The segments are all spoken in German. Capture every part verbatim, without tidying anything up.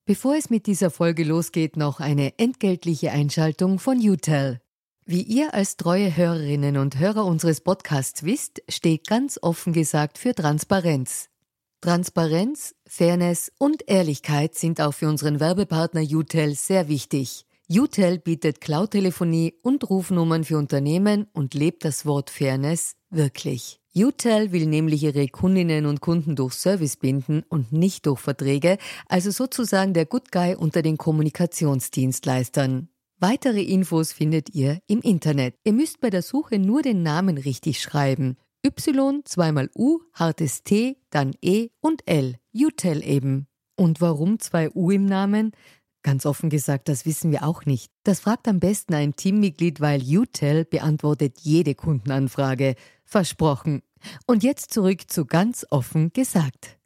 Bevor es mit dieser Folge losgeht, noch eine entgeltliche Einschaltung von U T E L. Wie ihr als treue Hörerinnen und Hörer unseres Podcasts wisst, steht ganz offen gesagt für Transparenz. Transparenz, Fairness und Ehrlichkeit sind auch für unseren Werbepartner U T E L sehr wichtig. U T E L bietet Cloud-Telefonie und Rufnummern für Unternehmen und lebt das Wort Fairness wirklich. U T E L will nämlich ihre Kundinnen und Kunden durch Service binden und nicht durch Verträge, also sozusagen der Good Guy unter den Kommunikationsdienstleistern. Weitere Infos findet ihr im Internet. Ihr müsst bei der Suche nur den Namen richtig schreiben. Y, zweimal U, hartes T, dann E und L. U T E L eben. Und warum zwei U im Namen? Ganz offen gesagt, das wissen wir auch nicht. Das fragt am besten ein Teammitglied, weil U T E L beantwortet jede Kundenanfrage. Versprochen. Und jetzt zurück zu ganz offen gesagt.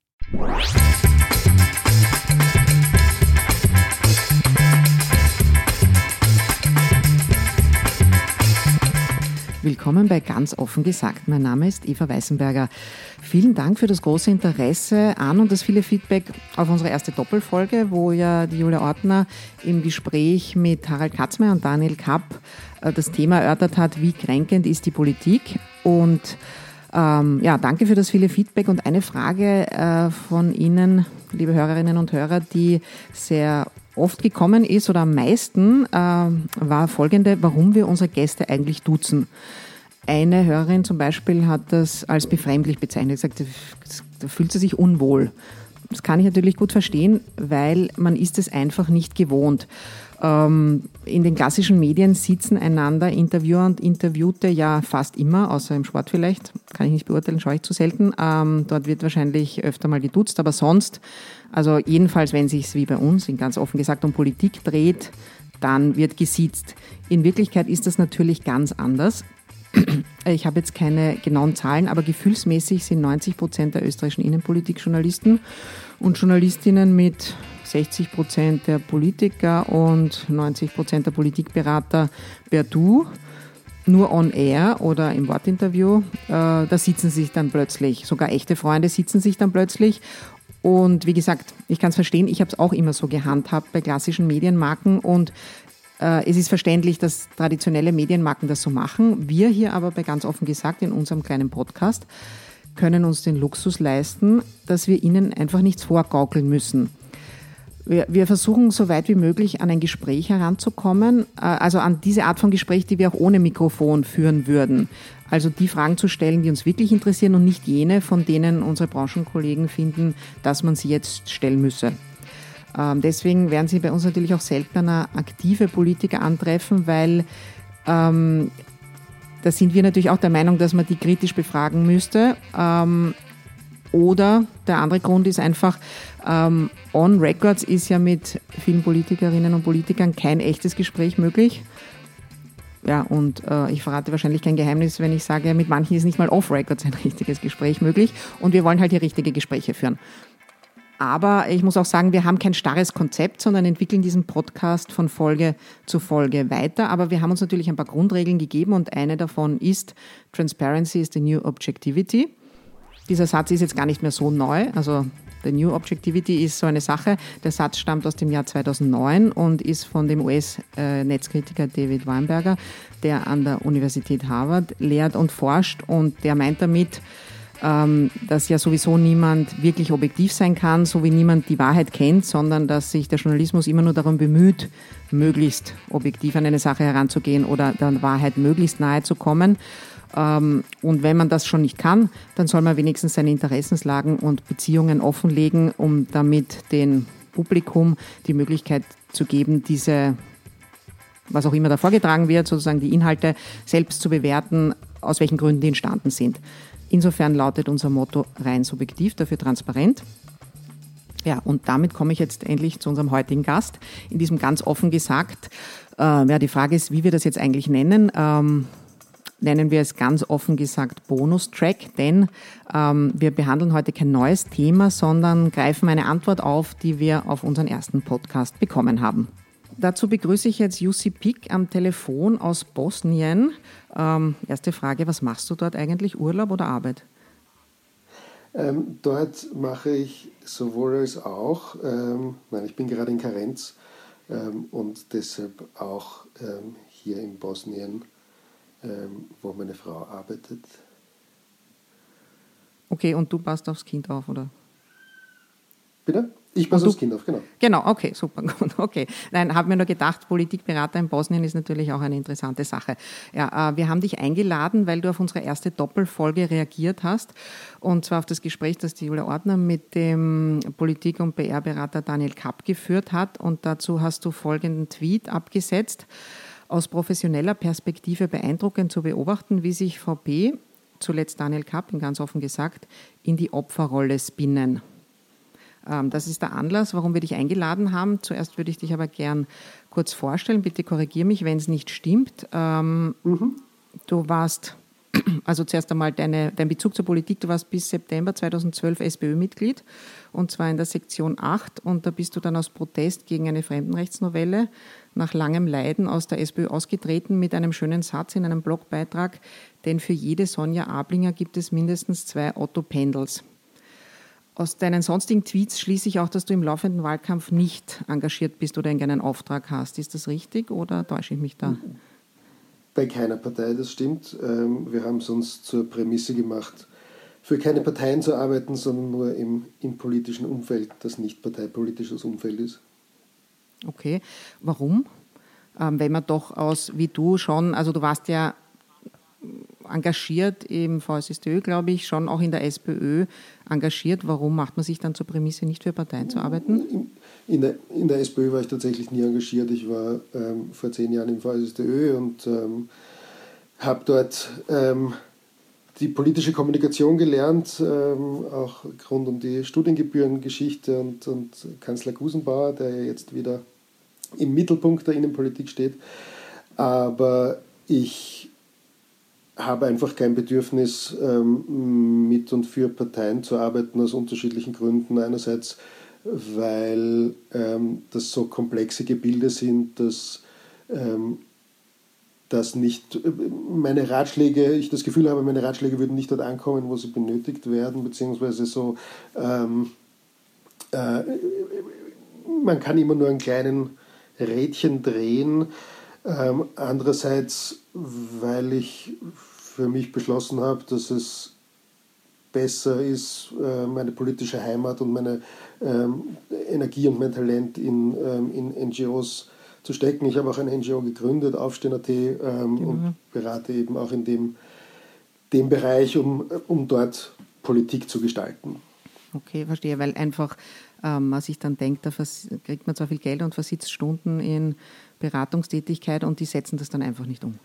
Willkommen bei Ganz offen gesagt. Mein Name ist Eva Weißenberger. Vielen Dank für das große Interesse an und das viele Feedback auf unsere erste Doppelfolge, wo ja die Julia Ortner im Gespräch mit Harald Katzmeier und Daniel Kapp das Thema erörtert hat, wie kränkend ist die Politik. Und ähm, ja, danke für das viele Feedback. Und eine Frage äh, von Ihnen, liebe Hörerinnen und Hörer, die sehr oft gekommen ist oder am meisten, äh, war folgende: Warum wir unsere Gäste eigentlich duzen. Eine Hörerin zum Beispiel hat das als befremdlich bezeichnet, gesagt, da fühlt sie sich unwohl. Das kann ich natürlich gut verstehen, weil man ist es einfach nicht gewohnt. Ähm, in den klassischen Medien sitzen einander Interviewer und Interviewte ja fast immer, außer im Sport vielleicht, kann ich nicht beurteilen, schaue ich zu selten. Ähm, dort wird wahrscheinlich öfter mal geduzt, aber sonst, also jedenfalls, wenn es sich wie bei uns, in ganz offen gesagt, um Politik dreht, dann wird gesiezt. In Wirklichkeit ist das natürlich ganz anders. Ich habe jetzt keine genauen Zahlen, aber gefühlsmäßig sind neunzig Prozent der österreichischen Innenpolitik-Journalisten und Journalistinnen mit sechzig Prozent der Politiker und neunzig Prozent der Politikberater per Du, nur on air oder im Wortinterview. Äh, da sitzen sich dann plötzlich, sogar echte Freunde sitzen sich dann plötzlich. Und wie gesagt, ich kann es verstehen, ich habe es auch immer so gehandhabt bei klassischen Medienmarken und es ist verständlich, dass traditionelle Medienmarken das so machen. Wir hier aber bei ganz offen gesagt in unserem kleinen Podcast können uns den Luxus leisten, dass wir ihnen einfach nichts vorgaukeln müssen. Wir, wir versuchen so weit wie möglich an ein Gespräch heranzukommen, also an diese Art von Gespräch, die wir auch ohne Mikrofon führen würden. Also die Fragen zu stellen, die uns wirklich interessieren und nicht jene, von denen unsere Branchenkollegen finden, dass man sie jetzt stellen müsse. Deswegen werden Sie bei uns natürlich auch seltener aktive Politiker antreffen, weil ähm, da sind wir natürlich auch der Meinung, dass man die kritisch befragen müsste. Ähm, oder der andere Grund ist einfach, ähm, on records ist ja mit vielen Politikerinnen und Politikern kein echtes Gespräch möglich. Ja, und äh, ich verrate wahrscheinlich kein Geheimnis, wenn ich sage, mit manchen ist nicht mal off records ein richtiges Gespräch möglich. Und wir wollen halt hier richtige Gespräche führen. Aber ich muss auch sagen, wir haben kein starres Konzept, sondern entwickeln diesen Podcast von Folge zu Folge weiter. Aber wir haben uns natürlich ein paar Grundregeln gegeben und eine davon ist, Transparency is the new objectivity. Dieser Satz ist jetzt gar nicht mehr so neu. Also the new objectivity ist so eine Sache. Der Satz stammt aus dem Jahr zweitausendneun und ist von dem U S-Netzkritiker David Weinberger, der an der Universität Harvard lehrt und forscht. Und der meint damit, dass ja sowieso niemand wirklich objektiv sein kann, so wie niemand die Wahrheit kennt, sondern dass sich der Journalismus immer nur darum bemüht, möglichst objektiv an eine Sache heranzugehen oder der Wahrheit möglichst nahe zu kommen. Und wenn man das schon nicht kann, dann soll man wenigstens seine Interessenslagen und Beziehungen offenlegen, um damit dem Publikum die Möglichkeit zu geben, diese, was auch immer da vorgetragen wird, sozusagen die Inhalte selbst zu bewerten, aus welchen Gründen die entstanden sind. Insofern lautet unser Motto rein subjektiv, dafür transparent. Ja, und damit komme ich jetzt endlich zu unserem heutigen Gast. In diesem ganz offen gesagt, äh, ja, die Frage ist, wie wir das jetzt eigentlich nennen. Ähm, nennen wir es ganz offen gesagt Bonustrack, denn ähm, wir behandeln heute kein neues Thema, sondern greifen eine Antwort auf, die wir auf unseren ersten Podcast bekommen haben. Dazu begrüße ich jetzt Jussi Pik am Telefon aus Bosnien. Ähm, erste Frage, was machst du dort eigentlich? Urlaub oder Arbeit? Ähm, dort mache ich sowohl als auch, ähm, nein, ich bin gerade in Karenz ähm, und deshalb auch ähm, hier in Bosnien, ähm, wo meine Frau arbeitet. Okay, und du passt aufs Kind auf, oder? Bitte? Ich passe aufs Kind auf, genau. Genau, okay, super, gut, okay. Nein, habe mir nur gedacht, Politikberater in Bosnien ist natürlich auch eine interessante Sache. Ja, äh, wir haben dich eingeladen, weil du auf unsere erste Doppelfolge reagiert hast, und zwar auf das Gespräch, das die Julia Ortner mit dem Politik- und P R-Berater Daniel Kapp geführt hat, und dazu hast du folgenden Tweet abgesetzt: Aus professioneller Perspektive beeindruckend zu beobachten, wie sich V P, zuletzt Daniel Kapp, ganz offen gesagt, in die Opferrolle spinnen. Das ist der Anlass, warum wir dich eingeladen haben. Zuerst würde ich dich aber gern kurz vorstellen. Bitte korrigiere mich, wenn es nicht stimmt. Ähm, mhm. Du warst, also zuerst einmal deine, dein Bezug zur Politik, du warst bis September zweitausendzwölf SPÖ-Mitglied, und zwar in der Sektion acht, und da bist du dann aus Protest gegen eine Fremdenrechtsnovelle nach langem Leiden aus der SPÖ ausgetreten mit einem schönen Satz in einem Blogbeitrag: Denn für jede Sonja Ablinger gibt es mindestens zwei Otto Pendels. Aus deinen sonstigen Tweets schließe ich auch, dass du im laufenden Wahlkampf nicht engagiert bist oder irgendeinen Auftrag hast. Ist das richtig oder täusche ich mich da? Bei keiner Partei, das stimmt. Wir haben es uns zur Prämisse gemacht, für keine Parteien zu arbeiten, sondern nur im, im politischen Umfeld, das nicht parteipolitisches Umfeld ist. Okay, warum? Ähm, wenn man doch aus, wie du schon, also du warst ja engagiert im V S S D Ö, glaube ich, schon auch in der SPÖ engagiert. Warum macht man sich dann zur Prämisse, nicht für Parteien zu arbeiten? In der, in der SPÖ war ich tatsächlich nie engagiert. Ich war ähm, vor zehn Jahren im V S S D Ö und ähm, habe dort ähm, die politische Kommunikation gelernt, ähm, auch rund um die Studiengebührengeschichte und, und Kanzler Gusenbauer, der ja jetzt wieder im Mittelpunkt der Innenpolitik steht. Aber ich habe einfach kein Bedürfnis, ähm, mit und für Parteien zu arbeiten, aus unterschiedlichen Gründen. Einerseits, weil ähm, das so komplexe Gebilde sind, dass, ähm, dass nicht meine Ratschläge, ich das Gefühl habe, meine Ratschläge würden nicht dort ankommen, wo sie benötigt werden, beziehungsweise so, ähm, äh, man kann immer nur einen kleinen Rädchen drehen. Ähm, andererseits, weil ich für mich beschlossen habe, dass es besser ist, äh, meine politische Heimat und meine ähm, Energie und mein Talent in, ähm, in N G Os zu stecken. Ich habe auch eine N G O gegründet, Aufstehen Punkt at, ähm, genau. Und berate eben auch in dem, dem Bereich, um, um dort Politik zu gestalten. Okay, verstehe, weil einfach ähm, man sich dann denkt, da kriegt man zwar viel Geld und versitzt Stunden in Beratungstätigkeit und die setzen das dann einfach nicht um.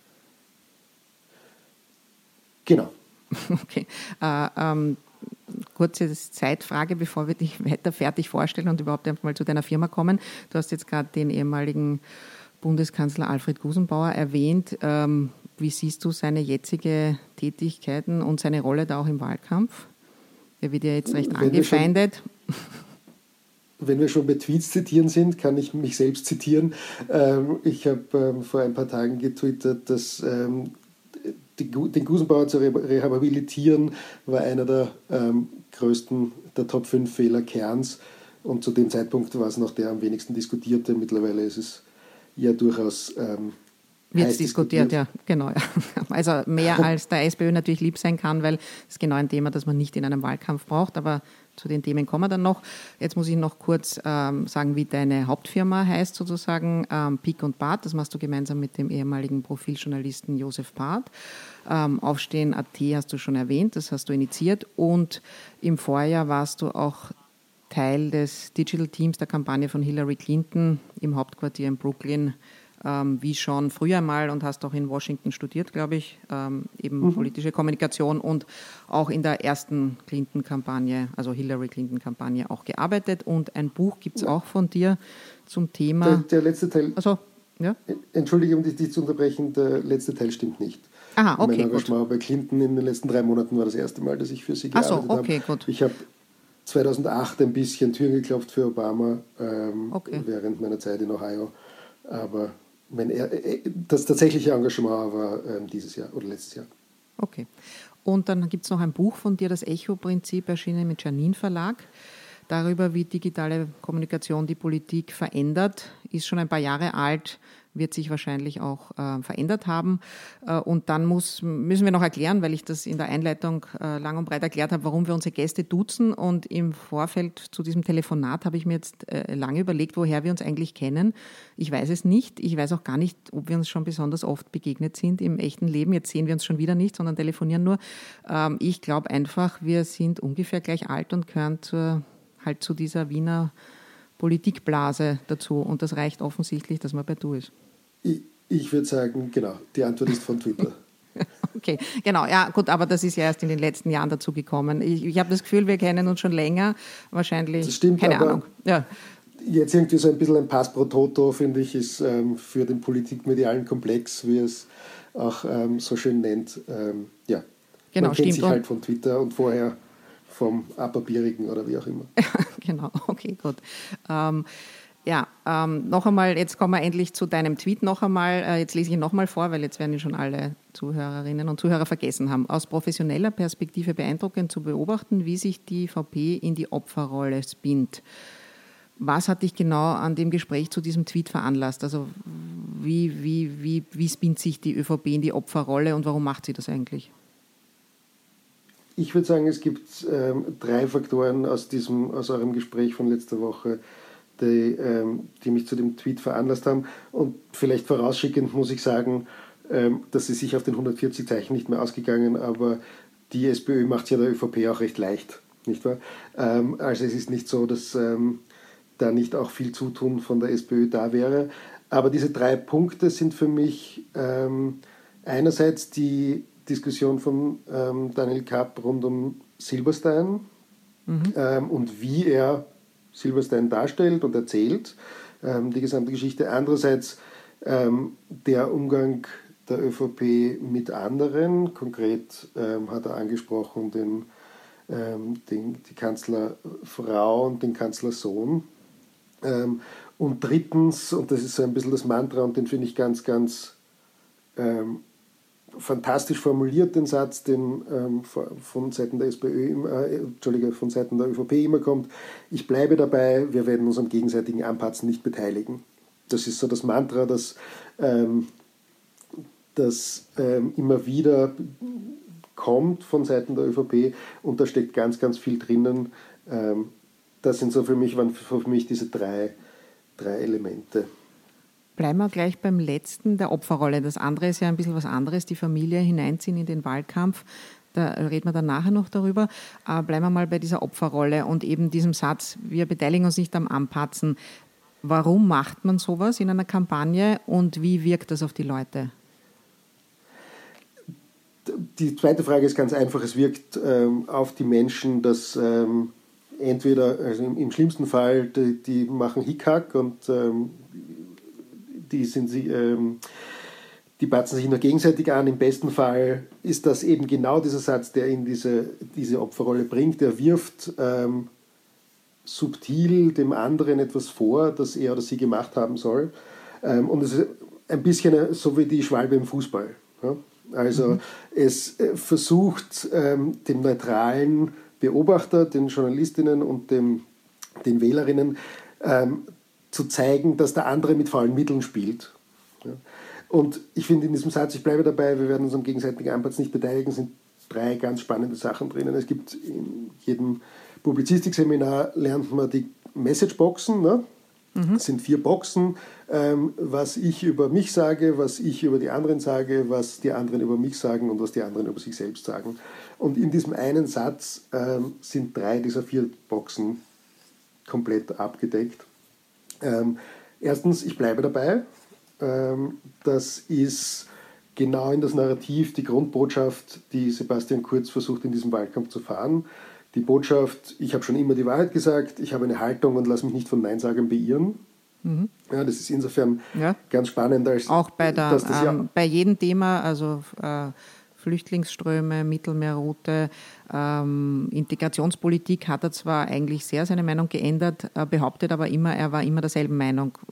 Genau. Okay. Äh, ähm, kurze Zeitfrage, bevor wir dich weiter fertig vorstellen und überhaupt einmal zu deiner Firma kommen. Du hast jetzt gerade den ehemaligen Bundeskanzler Alfred Gusenbauer erwähnt. Ähm, wie siehst du seine jetzige Tätigkeiten und seine Rolle da auch im Wahlkampf? Der wird ja jetzt recht wenn angefeindet. Wir schon, wenn wir schon bei Tweets zitieren sind, kann ich mich selbst zitieren. Ähm, ich habe ähm, vor ein paar Tagen getwittert, dass ähm, die, den Gusenbauer zu rehabilitieren war einer der ähm, größten, der Top fünf Fehler Kerns. Und zu dem Zeitpunkt war es noch der am wenigsten diskutierte. Mittlerweile ist es ja durchaus ähm, wird es diskutiert, diskutiert, ja, genau. Ja. Also mehr als der SPÖ natürlich lieb sein kann, weil das ist genau ein Thema, das man nicht in einem Wahlkampf braucht, aber zu den Themen kommen wir dann noch. Jetzt muss ich noch kurz ähm, sagen, wie deine Hauptfirma heißt sozusagen, ähm, Pik und Bart, das machst du gemeinsam mit dem ehemaligen Profiljournalisten Josef Bart. Ähm, Aufstehen Punkt at hast du schon erwähnt, das hast du initiiert, und im Vorjahr warst du auch Teil des Digital Teams der Kampagne von Hillary Clinton im Hauptquartier in Brooklyn, ähm, wie schon früher mal, und hast auch in Washington studiert, glaube ich, ähm, eben mhm. politische Kommunikation, und auch in der ersten Clinton-Kampagne, also Hillary Clinton-Kampagne, auch gearbeitet. Und ein Buch gibt es ja. auch von dir zum Thema... Der, der letzte Teil... Also, ja? Entschuldige, um dich, dich zu unterbrechen, der letzte Teil stimmt nicht. Aha, okay, mein Engagement gut. bei Clinton in den letzten drei Monaten war das erste Mal, dass ich für sie gearbeitet habe. Ach so, okay, habe. gut. Ich habe zweitausendacht ein bisschen Türen geklopft für Obama ähm, okay. während meiner Zeit in Ohio, aber mein, das tatsächliche Engagement war ähm, dieses Jahr oder letztes Jahr. Okay. Und dann gibt es noch ein Buch von dir, das Echo-Prinzip, erschienen mit Janin Verlag, darüber, wie digitale Kommunikation die Politik verändert. Ist schon ein paar Jahre alt, wird sich wahrscheinlich auch äh, verändert haben. Äh, und dann muss, müssen wir noch erklären, weil ich das in der Einleitung äh, lang und breit erklärt habe, warum wir unsere Gäste duzen. Und im Vorfeld zu diesem Telefonat habe ich mir jetzt äh, lange überlegt, woher wir uns eigentlich kennen. Ich weiß es nicht. Ich weiß auch gar nicht, ob wir uns schon besonders oft begegnet sind im echten Leben. Jetzt sehen wir uns schon wieder nicht, sondern telefonieren nur. Ähm, ich glaube einfach, wir sind ungefähr gleich alt und gehören zur, halt zu dieser Wiener Politikblase dazu. Und das reicht offensichtlich, dass man bei Du ist. Ich, ich würde sagen, genau, die Antwort ist von Twitter. Okay, genau, ja gut, aber das ist ja erst in den letzten Jahren dazu gekommen. Ich, ich habe das Gefühl, wir kennen uns schon länger, wahrscheinlich, das stimmt, keine aber Ahnung. Ja. Jetzt irgendwie so ein bisschen ein Pass pro Toto, finde ich, ist ähm, für den politikmedialen Komplex, wie es auch ähm, so schön nennt, ähm, ja, genau, man kennt stimmt. sich halt von Twitter und vorher vom Aberbierigen oder wie auch immer. Genau, okay, gut. Ähm, Ja, ähm, noch einmal, jetzt kommen wir endlich zu deinem Tweet noch einmal. Äh, jetzt lese ich ihn noch mal vor, weil jetzt werden ihn schon alle Zuhörerinnen und Zuhörer vergessen haben. Aus professioneller Perspektive beeindruckend zu beobachten, wie sich die V P in die Opferrolle spinnt. Was hat dich genau an dem Gespräch zu diesem Tweet veranlasst? Also wie, wie, wie, wie spinnt sich die ÖVP in die Opferrolle und warum macht sie das eigentlich? Ich würde sagen, es gibt ähm, drei Faktoren aus, diesem, aus eurem Gespräch von letzter Woche, Die, ähm, die mich zu dem Tweet veranlasst haben. Und vielleicht vorausschickend muss ich sagen, ähm, dass sie sich auf den hundertvierzig Zeichen nicht mehr ausgegangen, aber die SPÖ macht es ja der ÖVP auch recht leicht, nicht wahr? Ähm, also es ist nicht so, dass ähm, da nicht auch viel Zutun von der SPÖ da wäre. Aber diese drei Punkte sind für mich ähm, einerseits die Diskussion von ähm, Daniel Kapp rund um Silberstein mhm. ähm, und wie er Silberstein darstellt und erzählt, ähm, die gesamte Geschichte. Andererseits ähm, der Umgang der ÖVP mit anderen. Konkret ähm, hat er angesprochen den, ähm, den, die Kanzlerfrau und den Kanzlersohn. Ähm, und drittens, und das ist so ein bisschen das Mantra, und den finde ich ganz, ganz ähm, fantastisch formuliert, den Satz, den ähm, von Seiten der SPÖ, äh, Entschuldige, von Seiten der ÖVP immer kommt: Ich bleibe dabei, wir werden uns am gegenseitigen Anpatzen nicht beteiligen. Das ist so das Mantra, das, ähm, das ähm, immer wieder kommt von Seiten der ÖVP, und da steckt ganz, ganz viel drinnen. Ähm, das sind so für mich, waren für mich diese drei, drei Elemente. Bleiben wir gleich beim letzten, der Opferrolle. Das andere ist ja ein bisschen was anderes, die Familie hineinziehen in den Wahlkampf. Da reden wir dann nachher noch darüber. Aber bleiben wir mal bei dieser Opferrolle und eben diesem Satz, wir beteiligen uns nicht am Anpatzen. Warum macht man sowas in einer Kampagne und wie wirkt das auf die Leute? Die zweite Frage ist ganz einfach. Es wirkt ähm, auf die Menschen, dass ähm, entweder, also im, im schlimmsten Fall, die, die machen Hickhack und ähm, Die, sind sie, ähm, die batzen sich nur gegenseitig an. Im besten Fall ist das eben genau dieser Satz, der ihn diese, diese Opferrolle bringt. Er wirft ähm, subtil dem anderen etwas vor, das er oder sie gemacht haben soll. Ähm, und es ist ein bisschen so wie die Schwalbe im Fußball. Ja? Also mhm. es äh, versucht, ähm, dem neutralen Beobachter, den Journalistinnen und dem, den Wählerinnen ähm, zu zeigen, dass der andere mit faulen Mitteln spielt. Ja. Und ich finde in diesem Satz, ich bleibe dabei, wir werden uns am gegenseitigen Anpatzen nicht beteiligen, sind drei ganz spannende Sachen drinnen. Es gibt in jedem Publizistikseminar lernt man die Messageboxen. Ne? Mhm. Das sind vier Boxen, ähm, was ich über mich sage, was ich über die anderen sage, was die anderen über mich sagen und was die anderen über sich selbst sagen. Und in diesem einen Satz ähm, sind drei dieser vier Boxen komplett abgedeckt. Ähm, erstens, ich bleibe dabei. Ähm, das ist genau in das Narrativ, die Grundbotschaft, die Sebastian Kurz versucht in diesem Wahlkampf zu fahren. Die Botschaft, ich habe schon immer die Wahrheit gesagt, ich habe eine Haltung und lasse mich nicht von Neinsagern beirren. Mhm. Ja, das ist insofern ja. ganz spannend. Als, Auch bei, der, dass das ähm, ja bei jedem Thema, also äh, Flüchtlingsströme, Mittelmeerroute, ähm, Integrationspolitik, hat er zwar eigentlich sehr seine Meinung geändert, äh, behauptet aber immer, er war immer derselben Meinung.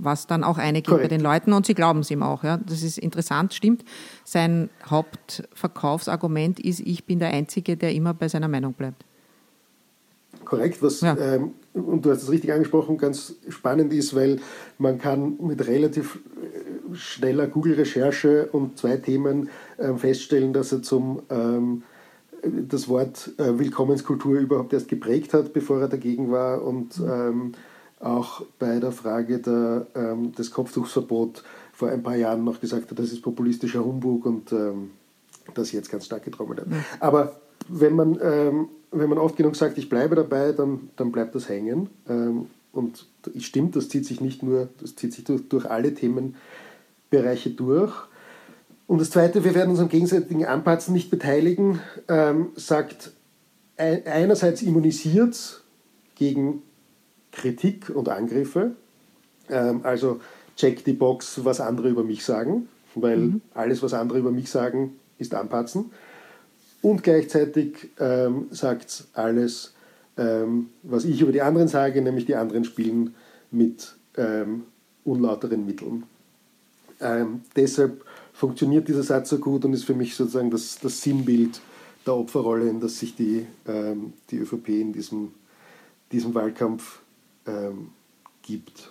was dann auch eingeht Korrekt. bei den Leuten und sie glauben es ihm auch. Ja. Das ist interessant, stimmt. Sein Hauptverkaufsargument ist, ich bin der Einzige, der immer bei seiner Meinung bleibt. Korrekt, was, Ja. ähm, und du hast es richtig angesprochen, ganz spannend ist, weil man kann mit relativ äh, schneller Google-Recherche und zwei Themen ähm, feststellen, dass er zum ähm, das Wort äh, Willkommenskultur überhaupt erst geprägt hat, bevor er dagegen war, und ähm, auch bei der Frage der, ähm, des Kopftuchsverbots vor ein paar Jahren noch gesagt hat, das ist populistischer Humbug, und ähm, das jetzt ganz stark getrommelt hat. Ja. Aber wenn man, ähm, wenn man oft genug sagt, ich bleibe dabei, dann, dann bleibt das hängen. Ähm, und es stimmt, das zieht sich nicht nur, das zieht sich durch, durch alle Themenbereiche durch. Und das Zweite, wir werden uns am gegenseitigen Anpatzen nicht beteiligen, ähm, sagt, ein, einerseits immunisiert gegen Kritik und Angriffe, ähm, also check die Box, was andere über mich sagen, weil mhm. alles, was andere über mich sagen, ist Anpatzen. Und gleichzeitig ähm, sagt es alles, ähm, was ich über die anderen sage, nämlich die anderen spielen mit ähm, unlauteren Mitteln. Ähm, deshalb funktioniert dieser Satz so gut und ist für mich sozusagen das, das Sinnbild der Opferrolle, in das sich die, ähm, die ÖVP in diesem, diesem Wahlkampf ähm, gibt.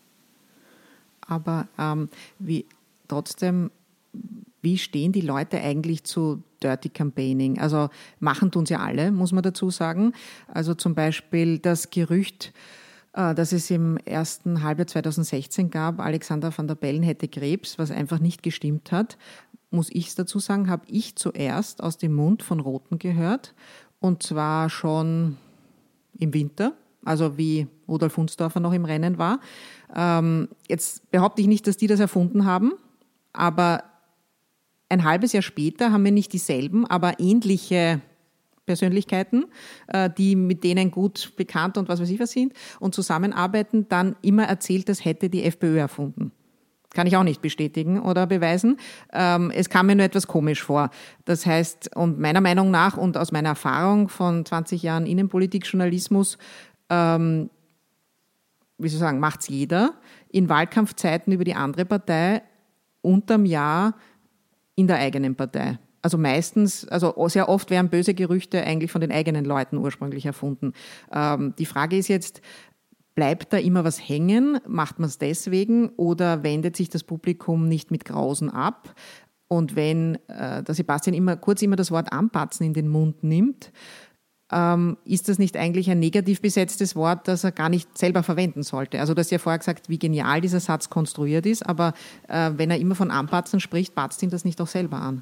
Aber ähm, wie, trotzdem, wie stehen die Leute eigentlich zu Dirty Campaigning? Also machen tun sie alle, muss man dazu sagen. Also zum Beispiel das Gerücht, dass es im ersten Halbjahr zweitausendsechzehn gab, Alexander Van der Bellen hätte Krebs, was einfach nicht gestimmt hat, muss ich es dazu sagen, habe ich zuerst aus dem Mund von Roten gehört, und zwar schon im Winter, also wie Rudolf Hunsdorfer noch im Rennen war. Ähm, jetzt behaupte ich nicht, dass die das erfunden haben, aber ein halbes Jahr später haben wir nicht dieselben, aber ähnliche Persönlichkeiten, die mit denen gut bekannt und was weiß ich was sind und zusammenarbeiten, dann immer erzählt, das hätte die FPÖ erfunden. Kann ich auch nicht bestätigen oder beweisen. Es kam mir nur etwas komisch vor. Das heißt, und meiner Meinung nach und aus meiner Erfahrung von zwanzig Jahren Innenpolitik-Journalismus, ähm, wie soll ich sagen, macht's jeder, in Wahlkampfzeiten über die andere Partei unterm Jahr in der eigenen Partei. Also meistens, also sehr oft werden böse Gerüchte eigentlich von den eigenen Leuten ursprünglich erfunden. Ähm, die Frage ist jetzt, bleibt da immer was hängen? Macht man es deswegen oder wendet sich das Publikum nicht mit Grausen ab? Und wenn äh, der Sebastian immer kurz immer das Wort anpatzen in den Mund nimmt, ähm, ist das nicht eigentlich ein negativ besetztes Wort, das er gar nicht selber verwenden sollte? Also du hast ja vorher gesagt, wie genial dieser Satz konstruiert ist, aber äh, wenn er immer von anpatzen spricht, patzt ihn das nicht auch selber an?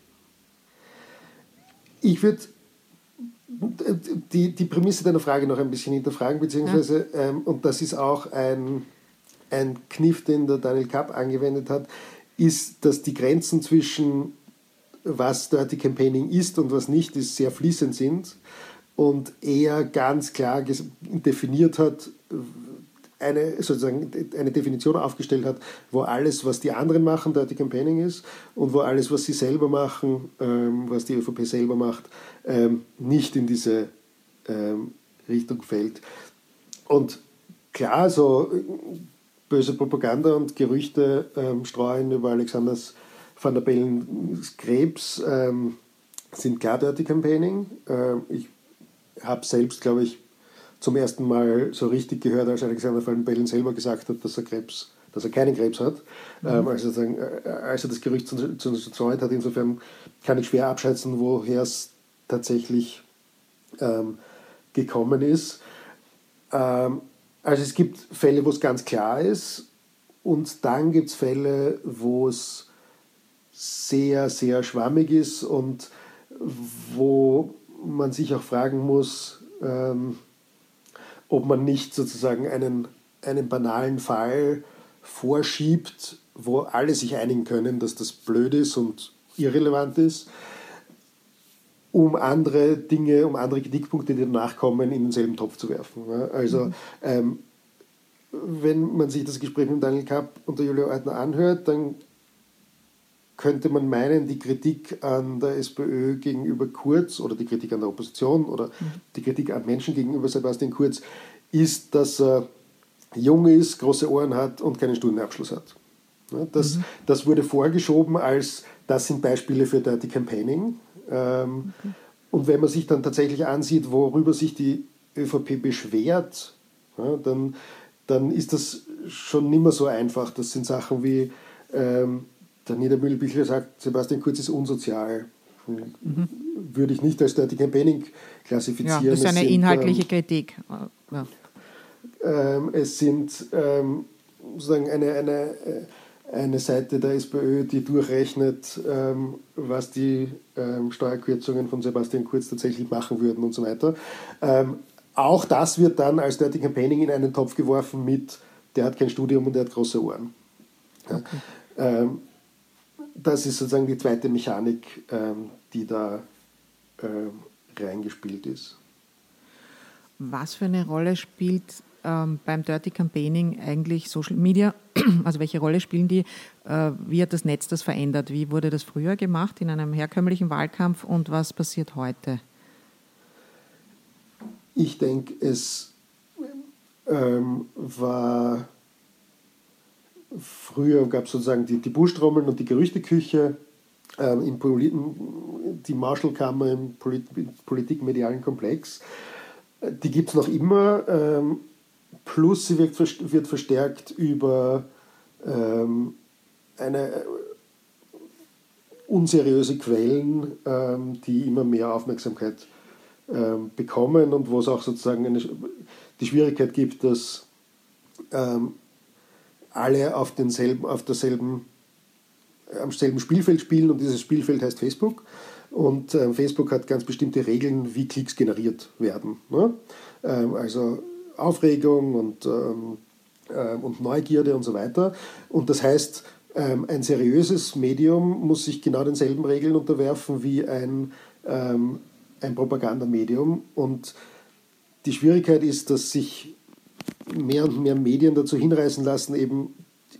Ich würde die, die Prämisse deiner Frage noch ein bisschen hinterfragen, beziehungsweise, ja. ähm, und das ist auch ein, ein Kniff, den der Daniel Kapp angewendet hat, ist, dass die Grenzen zwischen was Dirty Campaigning ist und was nicht ist, sehr fließend sind und er ganz klar definiert hat, eine, sozusagen eine Definition aufgestellt hat, wo alles, was die anderen machen, Dirty Campaigning ist und wo alles, was sie selber machen, ähm, was die ÖVP selber macht, ähm, nicht in diese ähm, Richtung fällt. Und klar, so böse Propaganda und Gerüchte ähm, streuen über Alexanders Van der Bellens Krebs ähm, sind klar Dirty Campaigning. Ähm, ich habe selbst, glaube ich, zum ersten Mal so richtig gehört, als Alexander Van der Bellen selber gesagt hat, dass er Krebs, dass er keinen Krebs hat, mhm. ähm, als, er, als er das Gerücht zu, zu, zu streut hat. Insofern kann ich schwer abschätzen, woher es tatsächlich ähm, gekommen ist. Ähm, also es gibt Fälle, wo es ganz klar ist, und dann gibt es Fälle, wo es sehr, sehr schwammig ist und wo man sich auch fragen muss, ähm, ob man nicht sozusagen einen, einen banalen Fall vorschiebt, wo alle sich einigen können, dass das blöd ist und irrelevant ist, um andere Dinge, um andere Kritikpunkte, die danach kommen, in denselben Topf zu werfen. Also mhm. ähm, wenn man sich das Gespräch mit Daniel Kapp und der Julia Ortner anhört, dann könnte man meinen, die Kritik an der SPÖ gegenüber Kurz oder die Kritik an der Opposition oder mhm. die Kritik an Menschen gegenüber Sebastian Kurz ist, dass er jung ist, große Ohren hat und keinen Studienabschluss hat. Das, mhm. das wurde vorgeschoben als, das sind Beispiele für Dirty Campaigning. Ähm, okay. Und wenn man sich dann tatsächlich ansieht, worüber sich die ÖVP beschwert, ja, dann, dann ist das schon nicht mehr so einfach. Das sind Sachen wie, ähm, der Niedermühlbichler sagt, Sebastian Kurz ist unsozial. Mhm. Würde ich nicht als Dirty Campaigning klassifizieren. Ja, das ist eine sind, inhaltliche ähm, Kritik. Ja. Ähm, es sind ähm, sozusagen eine, eine, eine Seite der SPÖ, die durchrechnet, ähm, was die ähm, Steuerkürzungen von Sebastian Kurz tatsächlich machen würden und so weiter. Ähm, auch das wird dann als Dirty Campaigning in einen Topf geworfen mit, der hat kein Studium und der hat große Ohren. Ja. Okay. Ähm, das ist sozusagen die zweite Mechanik, ähm, die da ähm, reingespielt ist. Was für eine Rolle spielt ähm, beim Dirty Campaigning eigentlich Social Media? Also welche Rolle spielen die? Äh, wie hat das Netz das verändert? Wie wurde das früher gemacht in einem herkömmlichen Wahlkampf und was passiert heute? Ich denke, es ähm, war früher gab es sozusagen die, die Buschtrommeln und die Gerüchteküche, ähm, im Polit- die Marshallkammer im Polit- politikmedialen Komplex. Die gibt es noch immer, ähm, plus sie wird, wird verstärkt über ähm, eine äh, unseriöse Quellen, ähm, die immer mehr Aufmerksamkeit ähm, bekommen und wo es auch sozusagen eine, die Schwierigkeit gibt, dass ähm, alle auf, denselben, auf derselben, am selben Spielfeld spielen und dieses Spielfeld heißt Facebook. Und äh, Facebook hat ganz bestimmte Regeln, wie Klicks generiert werden. Ne? Ähm, also Aufregung und, ähm, äh, und Neugierde und so weiter. Und das heißt, ähm, ein seriöses Medium muss sich genau denselben Regeln unterwerfen wie ein, ähm, ein Propagandamedium. Und die Schwierigkeit ist, dass sich mehr und mehr Medien dazu hinreißen lassen, eben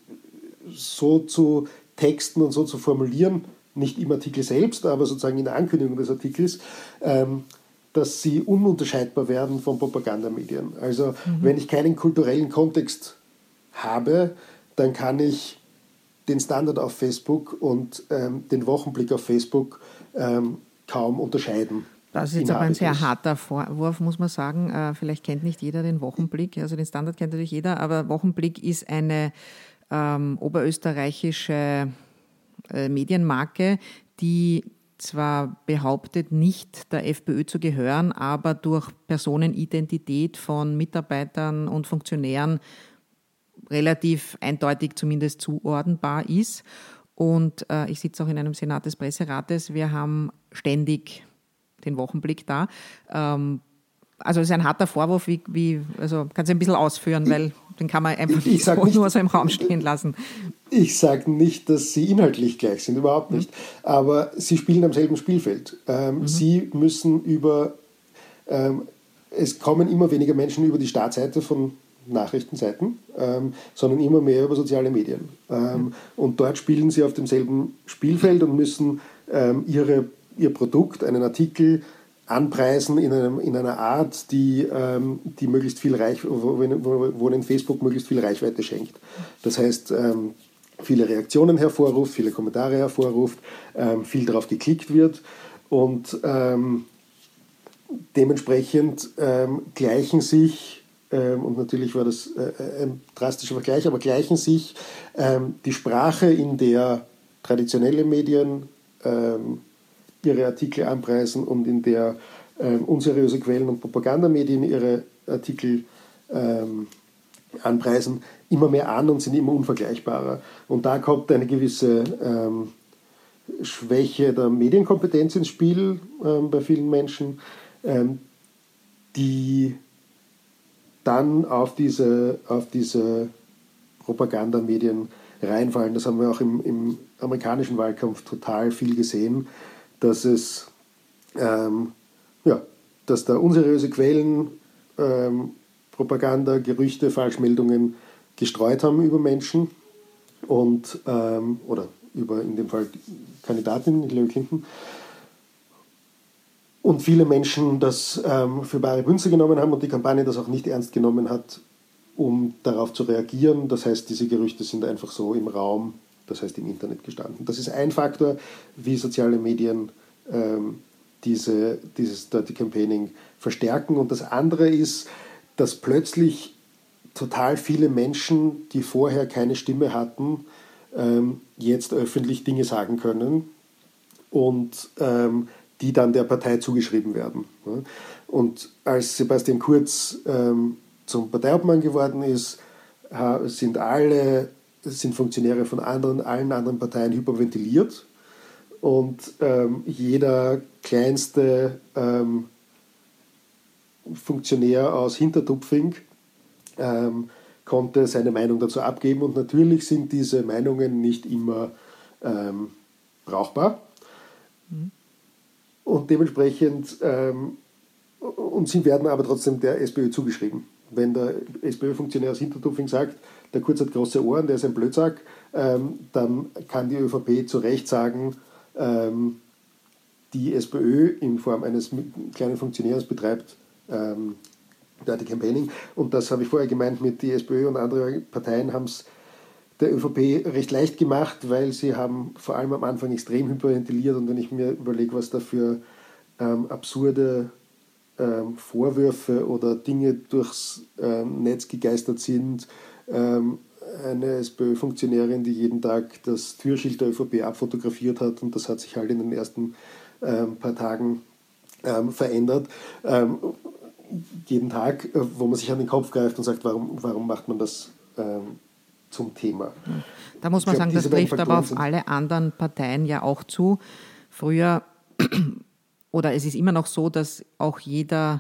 so zu texten und so zu formulieren, nicht im Artikel selbst, aber sozusagen in der Ankündigung des Artikels, ähm, dass sie ununterscheidbar werden von Propagandamedien. Also mhm. wenn ich keinen kulturellen Kontext habe, dann kann ich den Standard auf Facebook und ähm, den Wochenblick auf Facebook ähm, kaum unterscheiden. Das ist jetzt aber ein sehr harter Vorwurf, muss man sagen. Äh, vielleicht kennt nicht jeder den Wochenblick, also den Standard kennt natürlich jeder, aber Wochenblick ist eine ähm, oberösterreichische äh, Medienmarke, die zwar behauptet, nicht der FPÖ zu gehören, aber durch Personenidentität von Mitarbeitern und Funktionären relativ eindeutig zumindest zuordnenbar ist. Und äh, ich sitze auch in einem Senat des Presserates. Wir haben ständig den Wochenblick da. Ähm, also es ist ein harter Vorwurf, wie, wie, also kannst du ein bisschen ausführen, weil den kann man einfach nicht, so, nicht nur so im Raum stehen lassen. Ich sage nicht, dass sie inhaltlich gleich sind, überhaupt nicht. Mhm. Aber sie spielen am selben Spielfeld. Ähm, mhm. Sie müssen über, ähm, es kommen immer weniger Menschen über die Startseite von Nachrichtenseiten, ähm, sondern immer mehr über soziale Medien. Ähm, mhm. Und dort spielen sie auf demselben Spielfeld und müssen ähm, ihre, ihr Produkt, einen Artikel, anpreisen in, einem, in einer Art, die, ähm, die möglichst viel Reich, wo, wo, wo ihnen Facebook möglichst viel Reichweite schenkt. Das heißt, ähm, viele Reaktionen hervorruft, viele Kommentare hervorruft, ähm, viel darauf geklickt wird und ähm, dementsprechend ähm, gleichen sich, ähm, und natürlich war das äh, ein drastischer Vergleich, aber gleichen sich ähm, die Sprache, in der traditionelle Medien ähm, ihre Artikel anpreisen und in der ähm, unseriöse Quellen und Propagandamedien ihre Artikel ähm, anpreisen, immer mehr an und sind immer unvergleichbarer. Und da kommt eine gewisse ähm, Schwäche der Medienkompetenz ins Spiel ähm, bei vielen Menschen, ähm, die dann auf diese, auf diese Propagandamedien reinfallen. Das haben wir auch im, im amerikanischen Wahlkampf total viel gesehen, dass es ähm, ja, dass da unseriöse Quellen ähm, Propaganda, Gerüchte, Falschmeldungen gestreut haben über Menschen und ähm, oder über in dem Fall Kandidatin Hillary Clinton und viele Menschen das ähm, für bare Münze genommen haben und die Kampagne das auch nicht ernst genommen hat, um darauf zu reagieren. Das heißt, diese Gerüchte sind einfach so im Raum, das heißt im Internet gestanden. Das ist ein Faktor, wie soziale Medien ähm, diese, dieses Dirty Campaigning verstärken. Und das andere ist, dass plötzlich total viele Menschen, die vorher keine Stimme hatten, ähm, jetzt öffentlich Dinge sagen können und ähm, die dann der Partei zugeschrieben werden. Ja. Und als Sebastian Kurz ähm, zum Parteiobmann geworden ist, sind alle sind Funktionäre von anderen, allen anderen Parteien hyperventiliert und ähm, jeder kleinste ähm, Funktionär aus Hintertupfing ähm, konnte seine Meinung dazu abgeben und natürlich sind diese Meinungen nicht immer ähm, brauchbar mhm. und dementsprechend ähm, und sie werden aber trotzdem der SPÖ zugeschrieben. Wenn der SPÖ-Funktionär aus Hintertupfing sagt, der Kurz hat große Ohren, der ist ein Blödsack, ähm, dann kann die ÖVP zu Recht sagen, ähm, die SPÖ in Form eines kleinen Funktionärs betreibt ähm, Dirty Campaigning. Und das habe ich vorher gemeint mit die SPÖ und andere Parteien haben es der ÖVP recht leicht gemacht, weil sie haben vor allem am Anfang extrem hyperventiliert und wenn ich mir überlege, was da für ähm, absurde Ähm, Vorwürfe oder Dinge durchs ähm, Netz gegeistert sind. Ähm, eine SPÖ-Funktionärin, die jeden Tag das Türschild der ÖVP abfotografiert hat und das hat sich halt in den ersten ähm, paar Tagen ähm, verändert. Ähm, jeden Tag, äh, wo man sich an den Kopf greift und sagt, warum, warum macht man das ähm, zum Thema? Da muss man ich glaub, sagen, das trifft aber auf alle anderen Parteien ja auch zu. Früher oder es ist immer noch so, dass auch jeder,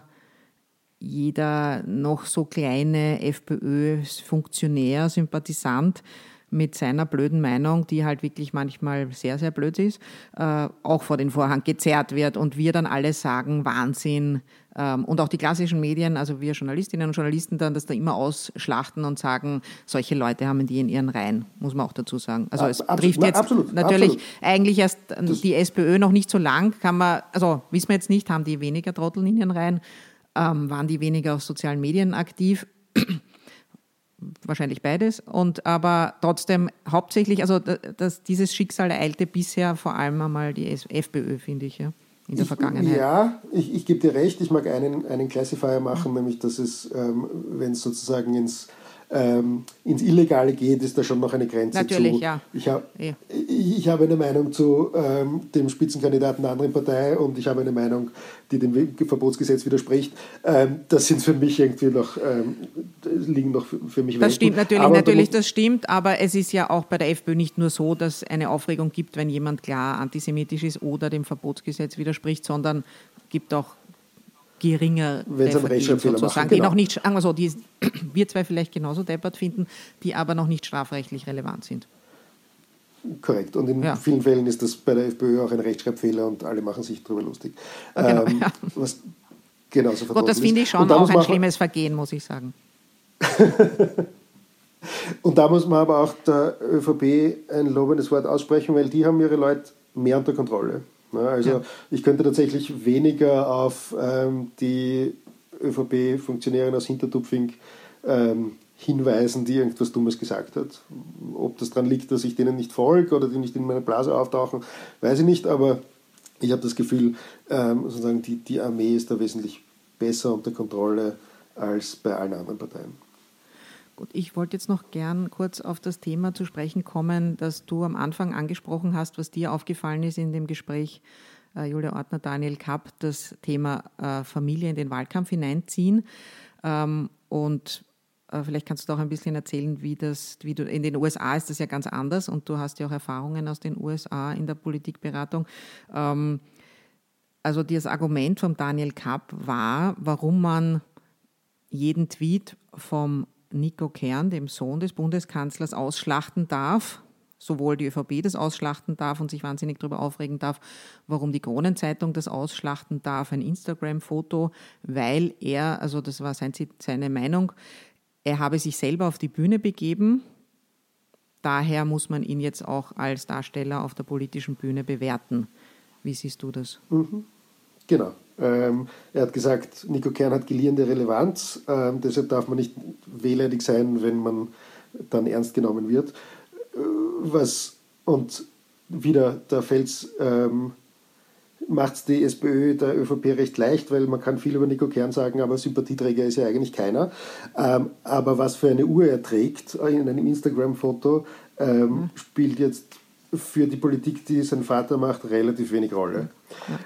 jeder noch so kleine FPÖ-Funktionär, Sympathisant mit seiner blöden Meinung, die halt wirklich manchmal sehr, sehr blöd ist, äh, auch vor den Vorhang gezerrt wird und wir dann alle sagen, Wahnsinn. Ähm, und auch die klassischen Medien, also wir Journalistinnen und Journalisten dann das da immer ausschlachten und sagen, solche Leute haben die in ihren Reihen, muss man auch dazu sagen. Also es absolut, trifft jetzt na, absolut, natürlich absolut. eigentlich erst das die SPÖ noch nicht so lang, kann man, also wissen wir jetzt nicht, haben die weniger Trottel in ihren Reihen, ähm, waren die weniger auf sozialen Medien aktiv? Wahrscheinlich beides. Und aber trotzdem hauptsächlich, also das, dieses Schicksal ereilte bisher vor allem einmal die FPÖ, finde ich, ja, in der ich, Vergangenheit. Ja, ich, ich gebe dir recht, ich mag einen, einen Classifier machen, mhm. nämlich dass es, ähm, wenn es sozusagen ins, ähm, ins Illegale geht, ist da schon noch eine Grenze. Natürlich, zu. ja. Ich, hab, ja. ich, ich habe eine Meinung zu ähm, dem Spitzenkandidaten der anderen Partei und ich habe eine Meinung, die dem Verbotsgesetz widerspricht. Ähm, das sind für mich irgendwie noch, ähm, liegen noch für, für mich Das Welten. stimmt natürlich, aber natürlich, da das stimmt, aber es ist ja auch bei der FPÖ nicht nur so, dass es eine Aufregung gibt, wenn jemand klar antisemitisch ist oder dem Verbotsgesetz widerspricht, sondern gibt auch geringere Vergehen sozusagen, genau. Die noch nicht, sagen wir so, die wir zwei vielleicht genauso deppert finden, die aber noch nicht strafrechtlich relevant sind. Korrekt. Und in ja. vielen Fällen ist das bei der FPÖ auch ein Rechtschreibfehler und alle machen sich darüber lustig. Genau, ähm, ja. Was genauso verboten Gut, das finde ich schon auch ein schlimmes Vergehen, muss ich sagen. Und da muss man aber auch der ÖVP ein lobendes Wort aussprechen, weil die haben ihre Leute mehr unter Kontrolle. Also ja. ich könnte tatsächlich weniger auf ähm, die ÖVP-Funktionärin aus Hintertupfing ähm, hinweisen, die irgendwas Dummes gesagt hat. Ob das daran liegt, dass ich denen nicht folge oder die nicht in meiner Blase auftauchen, weiß ich nicht, aber ich habe das Gefühl, ähm, sozusagen die, die Armee ist da wesentlich besser unter Kontrolle als bei allen anderen Parteien. Gut, ich wollte jetzt noch gern kurz auf das Thema zu sprechen kommen, das du am Anfang angesprochen hast, was dir aufgefallen ist in dem Gespräch, äh, Julia Ortner, Daniel Kapp, das Thema äh, Familie in den Wahlkampf hineinziehen. Ähm, und äh, vielleicht kannst du auch ein bisschen erzählen, wie das, wie du, in den U S A ist das ja ganz anders und du hast ja auch Erfahrungen aus den U S A in der Politikberatung. Ähm, also das Argument von Daniel Kapp war, warum man jeden Tweet vom Nico Kern, dem Sohn des Bundeskanzlers, ausschlachten darf, sowohl die ÖVP das ausschlachten darf und sich wahnsinnig darüber aufregen darf, warum die Kronenzeitung das ausschlachten darf, ein Instagram-Foto, weil er, also das war sein, seine Meinung, er habe sich selber auf die Bühne begeben, daher muss man ihn jetzt auch als Darsteller auf der politischen Bühne bewerten. Wie siehst du das? Mhm. Genau. Ähm, er hat gesagt, Nico Kern hat geliehene Relevanz, ähm, deshalb darf man nicht wehleidig sein, wenn man dann ernst genommen wird. Äh, was, und wieder, da fällt es, ähm, macht es die SPÖ der ÖVP recht leicht, weil man kann viel über Nico Kern sagen, aber Sympathieträger ist ja eigentlich keiner. Ähm, aber was für eine Uhr er trägt in einem Instagram-Foto, ähm, mhm. spielt jetzt für die Politik, die sein Vater macht, relativ wenig Rolle. Ja.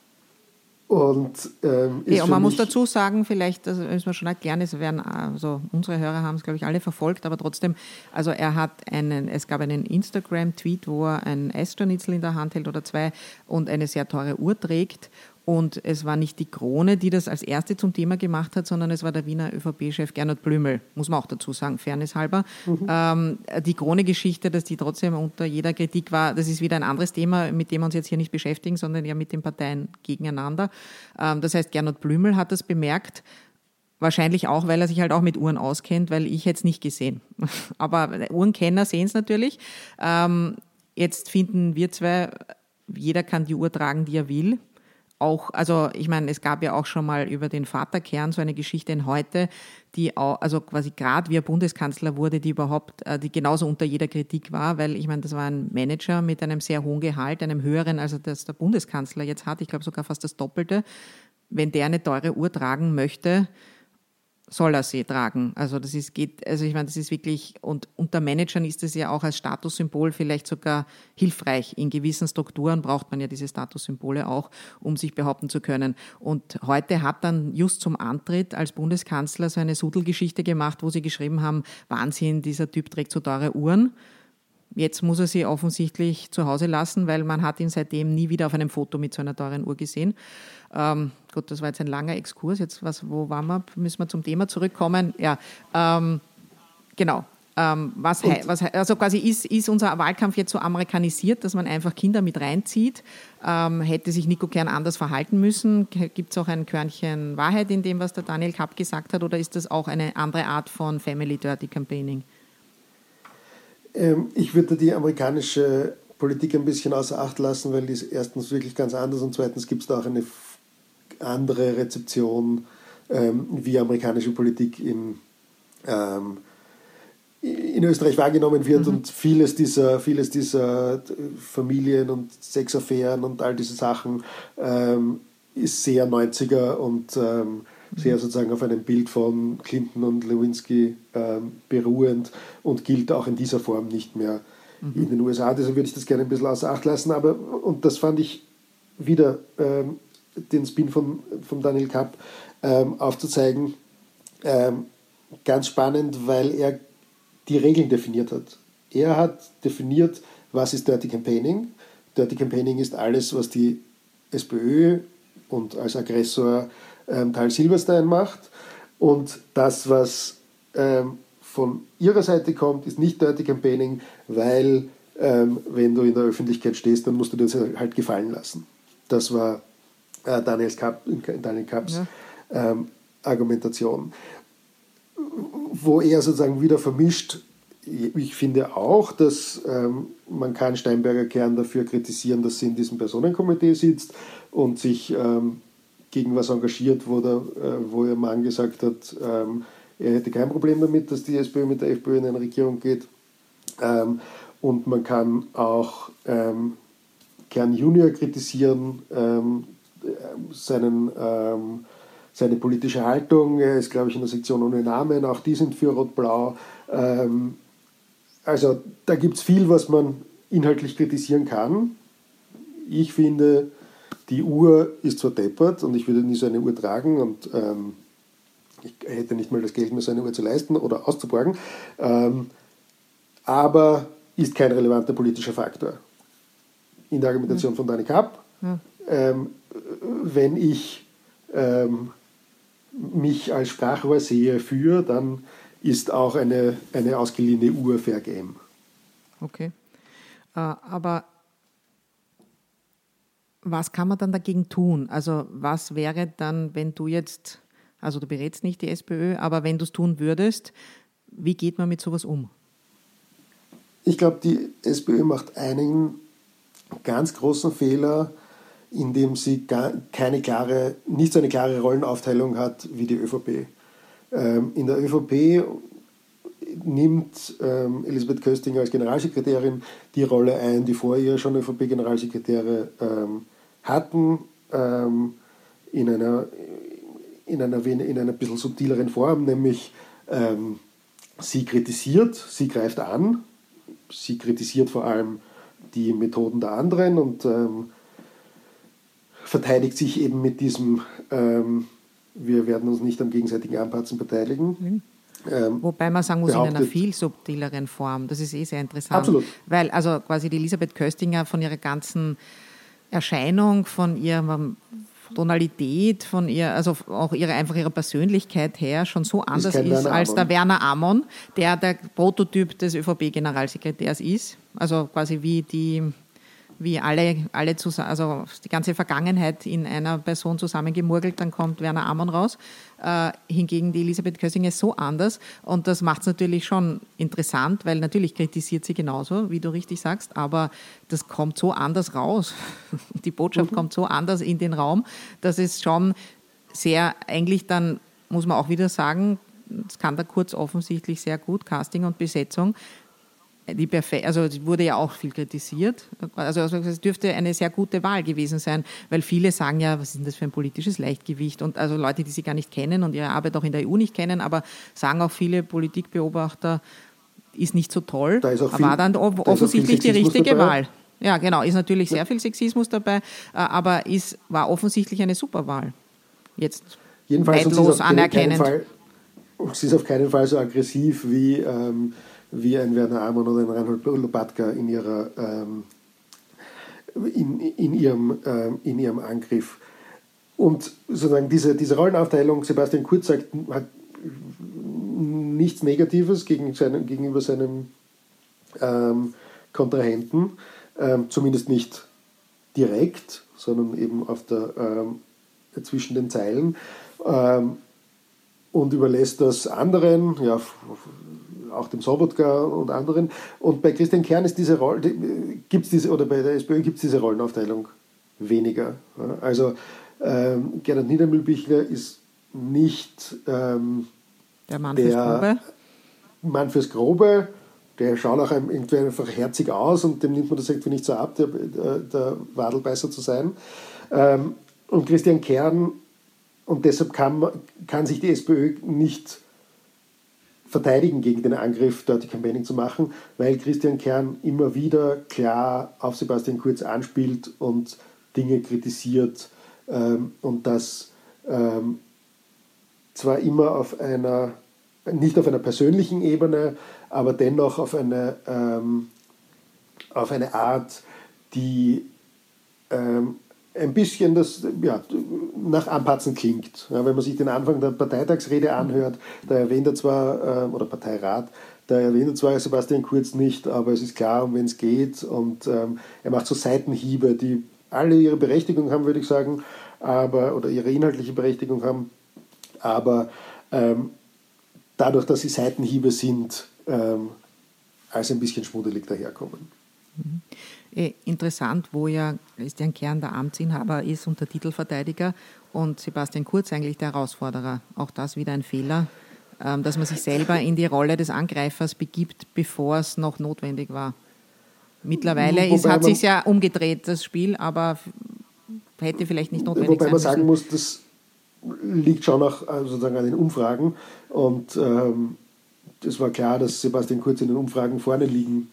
Und, ähm, ist hey, und man muss dazu sagen, vielleicht, das müssen wir schon erklären, es werden, also unsere Hörer haben es, glaube ich, alle verfolgt, aber trotzdem, also er hat einen, es gab einen Instagram-Tweet, wo er ein Esssternitzel in der Hand hält oder zwei und eine sehr teure Uhr trägt. Und es war nicht die Krone, die das als erste zum Thema gemacht hat, sondern es war der Wiener ÖVP-Chef Gernot Blümel, muss man auch dazu sagen, fairness halber. Mhm. Ähm, die Krone-Geschichte, dass die trotzdem unter jeder Kritik war, das ist wieder ein anderes Thema, mit dem wir uns jetzt hier nicht beschäftigen, sondern ja mit den Parteien gegeneinander. Ähm, das heißt, Gernot Blümel hat das bemerkt, wahrscheinlich auch, weil er sich halt auch mit Uhren auskennt, weil ich hätte es nicht gesehen. Aber Uhrenkenner sehen es natürlich. Ähm, jetzt finden wir zwei, jeder kann die Uhr tragen, die er will. Auch, also ich meine, es gab ja auch schon mal über den Vater Kern so eine Geschichte in Heute, die auch, also quasi gerade wie er Bundeskanzler wurde, die überhaupt, die genauso unter jeder Kritik war, weil ich meine, das war ein Manager mit einem sehr hohen Gehalt, einem höheren, als das der Bundeskanzler jetzt hat, ich glaube sogar fast das Doppelte. Wenn der eine teure Uhr tragen möchte, soll er sie tragen. Also das ist, geht, also ich meine, das ist wirklich, und unter Managern ist es ja auch als Statussymbol vielleicht sogar hilfreich. In gewissen Strukturen braucht man ja diese Statussymbole auch, um sich behaupten zu können. Und heute hat dann just zum Antritt als Bundeskanzler so eine Sudelgeschichte gemacht, wo sie geschrieben haben, Wahnsinn, dieser Typ trägt so teure Uhren. Jetzt muss er sie offensichtlich zu Hause lassen, weil man hat ihn seitdem nie wieder auf einem Foto mit so einer teuren Uhr gesehen. Ähm, gut, das war jetzt ein langer Exkurs. Jetzt, was, wo waren wir? Müssen wir zum Thema zurückkommen? Ja, ähm, genau. Ähm, was, was, also quasi ist, ist unser Wahlkampf jetzt so amerikanisiert, dass man einfach Kinder mit reinzieht? Ähm, hätte sich Nico Kern anders verhalten müssen? Gibt es auch ein Körnchen Wahrheit in dem, was der Daniel Kapp gesagt hat? Oder ist das auch eine andere Art von Family Dirty Campaigning? Ich würde die amerikanische Politik ein bisschen außer Acht lassen, weil die ist erstens wirklich ganz anders und zweitens gibt es da auch eine andere Rezeption, ähm, wie amerikanische Politik in, ähm, in Österreich wahrgenommen wird. Mhm. Und vieles dieser, vieles dieser Familien- und Sexaffären und all diese Sachen ähm, ist sehr neunziger und ähm, sehr sozusagen auf einem Bild von Clinton und Lewinsky ähm, beruhend und gilt auch in dieser Form nicht mehr mhm. in den U S A. Deshalb würde ich das gerne ein bisschen außer Acht lassen. Aber, und das fand ich wieder ähm, den Spin von, von Daniel Kapp ähm, aufzuzeigen, ähm, ganz spannend, weil er die Regeln definiert hat. Er hat definiert, was ist Dirty Campaigning. Dirty Campaigning ist alles, was die SPÖ und als Aggressor Ähm, Tal Silberstein macht, und das, was ähm, von ihrer Seite kommt, ist nicht Dirty Campaigning, weil ähm, wenn du in der Öffentlichkeit stehst, dann musst du dir das halt gefallen lassen. Das war äh, Daniel Kapp, Daniel Kapps ja. ähm, Argumentation. Wo er sozusagen wieder vermischt, ich finde auch, dass ähm, man kann Steinberger Kern dafür kritisieren, dass sie in diesem Personenkomitee sitzt und sich ähm, gegen was engagiert, wo, der, äh, wo ihr Mann gesagt hat, ähm, er hätte kein Problem damit, dass die SPÖ mit der FPÖ in eine Regierung geht. Ähm, und man kann auch ähm, Kern Junior kritisieren, ähm, seinen, ähm, seine politische Haltung. Er ist, glaube ich, in der Sektion ohne Namen, auch die sind für Rot-Blau. Ähm, also da gibt es viel, was man inhaltlich kritisieren kann. Ich finde, die Uhr ist zwar deppert und ich würde nie so eine Uhr tragen und ähm, ich hätte nicht mal das Geld, mir so eine Uhr zu leisten oder auszuborgen, ähm, aber ist kein relevanter politischer Faktor. In der Argumentation mhm. von Daniel Kapp, mhm. ähm, wenn ich ähm, mich als Sprachrohr sehe für, dann ist auch eine, eine ausgeliehene Uhr Fair Game. Okay, äh, aber was kann man dann dagegen tun? Also was wäre dann, wenn du jetzt, also du berätst nicht die SPÖ, aber wenn du es tun würdest, wie geht man mit sowas um? Ich glaube, die SPÖ macht einen ganz großen Fehler, in dem sie gar keine klare, nicht so eine klare Rollenaufteilung hat wie die ÖVP. Ähm, in der ÖVP nimmt ähm, Elisabeth Köstinger als Generalsekretärin die Rolle ein, die vor ihr schon ÖVP-Generalsekretäre ähm, hatten, ähm, in einer, in einer, in einer bisschen subtileren Form, nämlich ähm, sie kritisiert, sie greift an, sie kritisiert vor allem die Methoden der anderen und ähm, verteidigt sich eben mit diesem ähm, wir werden uns nicht am gegenseitigen Anpatzen beteiligen. Mhm. Ähm, Wobei man sagen muss, in einer viel subtileren Form. Das ist eh sehr interessant. Absolut. Weil also quasi die Elisabeth Köstinger von ihrer ganzen Erscheinung, von ihrer Tonalität, von ihr, also auch ihre, einfach ihrer Persönlichkeit her schon so anders ist, ist als der Werner Amon, der der Prototyp des ÖVP-Generalsekretärs ist. Also quasi wie die... wie alle, alle zusammen, also die ganze Vergangenheit in einer Person zusammengemurgelt, dann kommt Werner Amon raus. Äh, hingegen die Elisabeth Köstinger ist so anders und das macht es natürlich schon interessant, weil natürlich kritisiert sie genauso, wie du richtig sagst, aber das kommt so anders raus. Die Botschaft mhm. kommt so anders in den Raum, dass es schon sehr, eigentlich dann, muss man auch wieder sagen, das kann der Kurz offensichtlich sehr gut, Casting und Besetzung. Die Perfe- also es wurde ja auch viel kritisiert. Also es dürfte eine sehr gute Wahl gewesen sein, weil viele sagen ja, was ist denn das für ein politisches Leichtgewicht? Und also Leute, die sie gar nicht kennen und ihre Arbeit auch in der E U nicht kennen, aber sagen auch viele Politikbeobachter, ist nicht so toll. Da ist auch viel, war dann o- offensichtlich die richtige dabei. Wahl. Ja, genau, ist natürlich sehr viel Sexismus dabei, aber ist, war offensichtlich eine super Wahl. Jetzt Jedenfalls neidlos anerkennend. Fall, sie ist auf keinen Fall so aggressiv wie... Ähm, wie ein Werner Amon oder ein Reinhold Lopatka in, ihrer, ähm, in, in, ihrem, ähm, in ihrem Angriff. Und sozusagen diese, diese Rollenaufteilung, Sebastian Kurz sagt, hat nichts Negatives gegen seinen, gegenüber seinem ähm, Kontrahenten, ähm, zumindest nicht direkt, sondern eben auf der, ähm, zwischen den Zeilen. Ähm, und überlässt das anderen, ja, auch dem Sobotka und anderen. Und bei Christian Kern ist diese Rolle, gibt's diese, oder bei der SPÖ gibt es diese Rollenaufteilung weniger. Also ähm, Gernot Niedermühlbichler ist nicht ähm, der Mann fürs Grobe. Mann fürs Grobe, der schaut auch irgendwie einfach herzig aus und dem nimmt man das irgendwie nicht so ab, der, der, der Wadelbeißer zu sein. Ähm, und Christian Kern, und deshalb kann, kann sich die SPÖ nicht verteidigen gegen den Angriff, Dirty Campaigning zu machen, weil Christian Kern immer wieder klar auf Sebastian Kurz anspielt und Dinge kritisiert ähm, und das ähm, zwar immer auf einer, nicht auf einer persönlichen Ebene, aber dennoch auf eine, ähm, auf eine Art, die ähm, ein bisschen das, ja, nach Anpatzen klingt. Ja, wenn man sich den Anfang der Parteitagsrede anhört, da erwähnt er zwar, äh, oder Parteirat, da erwähnt er zwar Sebastian Kurz nicht, aber es ist klar, um wen es geht und ähm, er macht so Seitenhiebe, die alle ihre Berechtigung haben, würde ich sagen, aber, oder ihre inhaltliche Berechtigung haben, aber ähm, dadurch, dass sie Seitenhiebe sind, ähm, als ein bisschen schmuddelig daherkommen. Mhm. Interessant, wo ja Christian Kern der Amtsinhaber ist und der Titelverteidiger und Sebastian Kurz eigentlich der Herausforderer. Auch das wieder ein Fehler, dass man sich selber in die Rolle des Angreifers begibt, bevor es noch notwendig war. Mittlerweile ist, hat sich ja umgedreht, das Spiel, aber hätte vielleicht nicht notwendig sein müssen. Wobei man sagen muss, das liegt schon auch sozusagen an den Umfragen und ähm, es war klar, dass Sebastian Kurz in den Umfragen vorne liegen.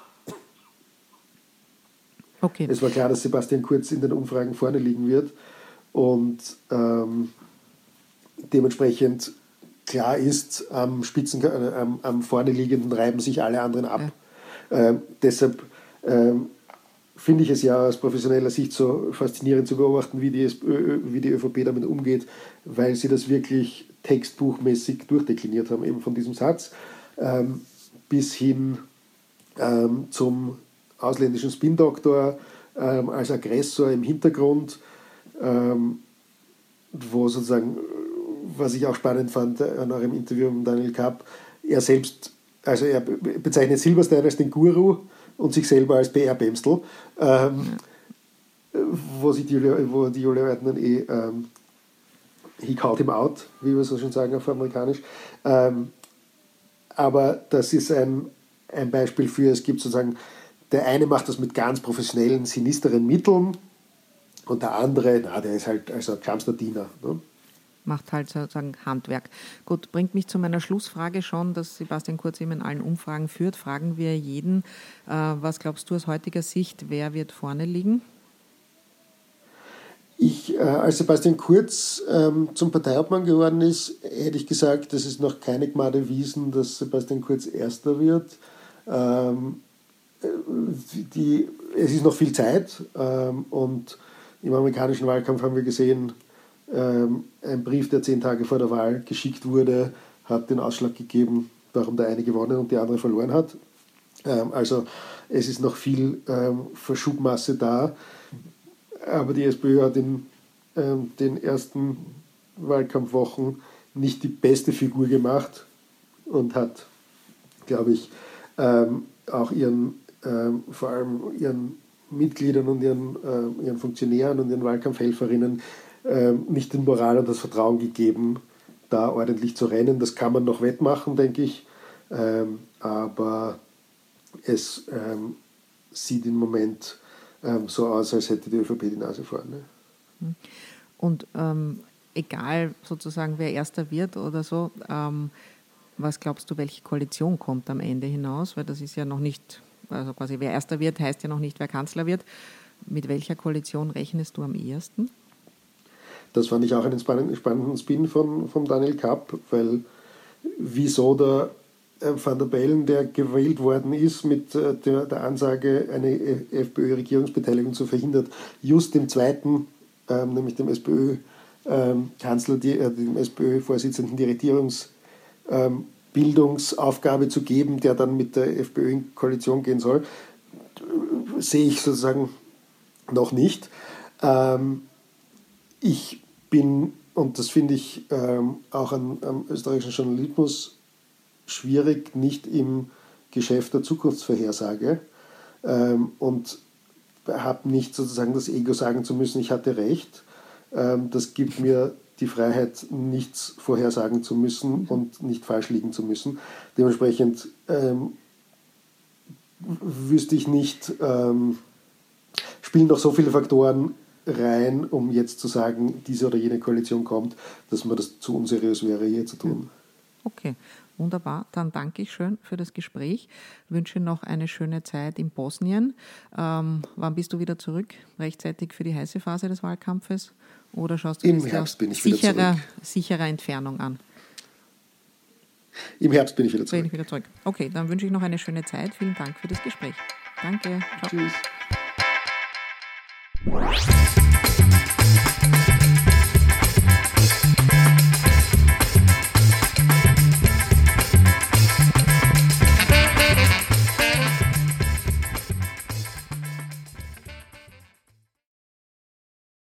Okay. Es war klar, dass Sebastian Kurz in den Umfragen vorne liegen wird und ähm, dementsprechend klar ist, am Spitzen, äh, am, am vorne liegenden reiben sich alle anderen ab. Ja. Ähm, deshalb ähm, finde ich es ja aus professioneller Sicht so faszinierend zu beobachten, wie die, SPÖ, wie die ÖVP damit umgeht, weil sie das wirklich textbuchmäßig durchdekliniert haben, eben von diesem Satz ähm, bis hin ähm, zum ausländischen Spin-Doktor ähm, als Aggressor im Hintergrund, ähm, wo sozusagen, was ich auch spannend fand an eurem Interview mit Daniel Kapp, er selbst, also er bezeichnet Silberstein als den Guru und sich selber als P R-Bämstel, ähm, wo, sich die, wo die Julia Ortner eh ähm, he called him out, wie wir so schon sagen auf amerikanisch. Ähm, aber das ist ein, ein Beispiel für, es gibt sozusagen, der eine macht das mit ganz professionellen, sinisteren Mitteln und der andere, na, der ist halt also ärmster Diener. Ne? Macht halt sozusagen Handwerk. Gut, bringt mich zu meiner Schlussfrage schon, dass Sebastian Kurz eben in allen Umfragen führt. Fragen wir jeden, äh, was glaubst du aus heutiger Sicht, wer wird vorne liegen? Ich, äh, als Sebastian Kurz ähm, zum Parteiobmann geworden ist, hätte ich gesagt, das ist noch keine Gnade erwiesen, dass Sebastian Kurz Erster wird. Ähm, die, es ist noch viel Zeit ähm, und im amerikanischen Wahlkampf haben wir gesehen, ähm, ein Brief, der zehn Tage vor der Wahl geschickt wurde, hat den Ausschlag gegeben, warum der eine gewonnen und die andere verloren hat. Ähm, also es ist noch viel ähm, Verschubmasse da. Aber die SPÖ hat in ähm, den ersten Wahlkampfwochen nicht die beste Figur gemacht und hat, glaube ich, ähm, auch ihren, ähm, vor allem ihren Mitgliedern und ihren, äh, ihren Funktionären und ihren Wahlkampfhelferinnen ähm, nicht den Moral und das Vertrauen gegeben, da ordentlich zu rennen. Das kann man noch wettmachen, denke ich. Ähm, aber es ähm, sieht im Moment so aus, als hätte die ÖVP die Nase vorne. Und ähm, egal sozusagen, wer Erster wird oder so, ähm, was glaubst du, welche Koalition kommt am Ende hinaus? Weil das ist ja noch nicht, also quasi wer Erster wird, heißt ja noch nicht, wer Kanzler wird. Mit welcher Koalition rechnest du am ehesten? Das fand ich auch einen spannenden Spin von, von Daniel Kapp, weil wieso der Van der Bellen, der gewählt worden ist, mit der, der Ansage, eine FPÖ-Regierungsbeteiligung zu verhindern, just dem zweiten, ähm, nämlich dem SPÖ-Kanzler, die, äh, dem SPÖ-Vorsitzenden, die Regierungsbildungsaufgabe ähm, zu geben, der dann mit der FPÖ in Koalition gehen soll, sehe ich sozusagen noch nicht. Ähm, ich bin, und das finde ich ähm, auch an, am österreichischen Journalismus schwierig, nicht im Geschäft der Zukunftsvorhersage ähm, und habe nicht sozusagen das Ego sagen zu müssen, ich hatte recht. Ähm, das gibt mir die Freiheit, nichts vorhersagen zu müssen und nicht falsch liegen zu müssen. Dementsprechend ähm, wüsste ich nicht, ähm, spielen noch so viele Faktoren rein, um jetzt zu sagen, diese oder jene Koalition kommt, dass man das zu unseriös wäre, hier zu tun. Okay. Wunderbar, dann danke ich schön für das Gespräch. Wünsche noch eine schöne Zeit in Bosnien. Ähm, wann bist du wieder zurück? Rechtzeitig für die heiße Phase des Wahlkampfes? Oder schaust du Im das Herbst bin ich sicherer, wieder zurück. Sicherer Entfernung an? Im Herbst bin ich wieder zurück. Bin ich wieder zurück. Okay, dann wünsche ich noch eine schöne Zeit. Vielen Dank für das Gespräch. Danke. Ciao. Tschüss.